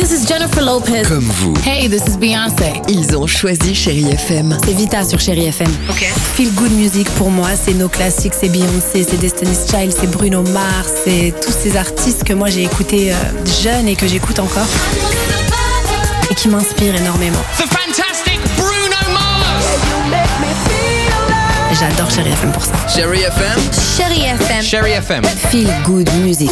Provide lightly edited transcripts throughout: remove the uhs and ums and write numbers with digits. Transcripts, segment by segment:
this is Jennifer Lopez. Comme vous. Hey, this is Beyoncé. Ils ont choisi Chérie FM. C'est Vita sur Chérie FM. Ok. Feel Good Music pour moi, c'est nos classiques, c'est Beyoncé, c'est Destiny's Child, c'est Bruno Mars, c'est tous ces artistes que moi j'ai écoutés jeune et que j'écoute encore et qui m'inspirent énormément. The fantastic Bruno Mars. J'adore Chérie FM pour ça. Chérie FM. Chérie FM. Chérie FM. Feel Good Music.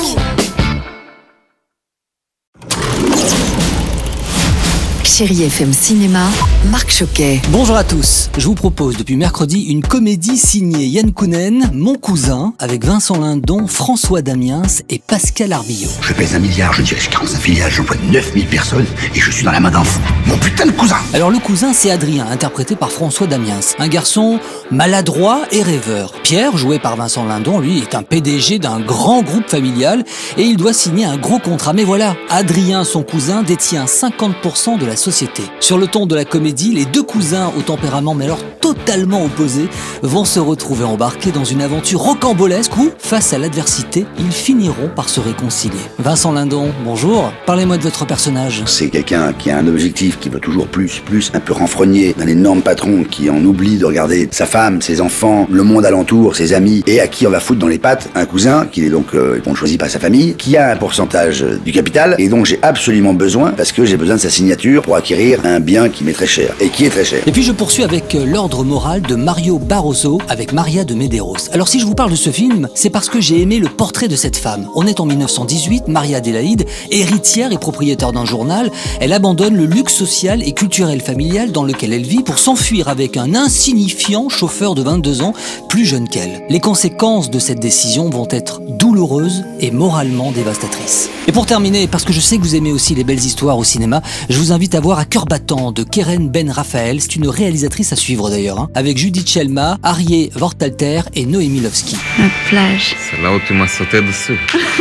Chérie FM Cinéma, Marc Choquet. Bonjour à tous, je vous propose depuis mercredi une comédie signée Yann Kounen, Mon cousin, avec Vincent Lindon, François Damiens et Pascal Arbillot. Je pèse 1 milliard, je dirige 45 filiales, j'emploie 9000 personnes et je suis dans la main d'un fou. Mon putain de cousin! Alors le cousin, c'est Adrien, interprété par François Damiens, un garçon maladroit et rêveur. Pierre, joué par Vincent Lindon, lui, est un PDG d'un grand groupe familial et il doit signer un gros contrat. Mais voilà, Adrien, son cousin, détient 50% de la société. Sur le ton de la comédie, les deux cousins au tempérament mais alors totalement opposés vont se retrouver embarqués dans une aventure rocambolesque où, face à l'adversité, ils finiront par se réconcilier. Vincent Lindon, bonjour. Parlez-moi de votre personnage. C'est quelqu'un qui a un objectif, qui veut toujours plus, un peu renfrogné, d'un énorme patron qui en oublie de regarder sa femme, ses enfants, le monde alentour, ses amis, et à qui on va foutre dans les pattes un cousin, qui est donc on ne choisit pas sa famille, qui a un pourcentage du capital, et dont j'ai absolument besoin, parce que j'ai besoin de sa signature pour acquérir un bien qui m'est très cher, et qui est très cher. Et puis je poursuis avec L'Ordre moral de Mario Barroso avec Maria de Medeiros. Alors si je vous parle de ce film, c'est parce que j'ai aimé le portrait de cette femme. On est en 1918, Maria Adélaïde, héritière et propriétaire d'un journal, elle abandonne le luxe social et culturel familial dans lequel elle vit pour s'enfuir avec un insignifiant chauffeur de 22 ans, plus jeune qu'elle. Les conséquences de cette décision vont être douloureuses et moralement dévastatrices. Et pour terminer, parce que je sais que vous aimez aussi les belles histoires au cinéma, je vous invite à voir À cœur battant de Keren Ben Raphael. C'est une réalisatrice à suivre d'ailleurs, avec Judith Shelma, Arié Vortalter et Noémie Lovski. La plage. C'est là où tu m'as sauté dessus.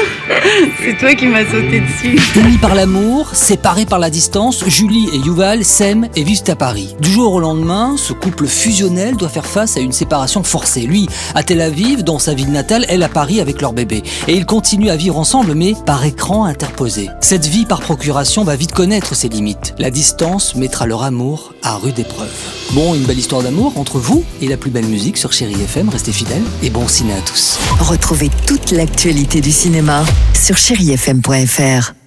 C'est toi qui m'as sauté dessus. Unis par l'amour, séparés par la distance, Julie et Yuval s'aiment et vivent à Paris. Du jour au lendemain, ce couple fusionnel doit faire face à une séparation forcée. Lui à Tel Aviv, dans sa ville natale, elle à Paris avec leur bébé. Et ils continuent à vivre ensemble, mais par écran interposé. Cette vie par procuration va vite connaître ses limites. La distance mettra leur amour à rude épreuve. Bon, une belle histoire d'amour entre vous et la plus belle musique sur Chérie FM. Restez fidèles et bon ciné à tous. Retrouvez toute l'actualité du cinéma sur chérifm.fr.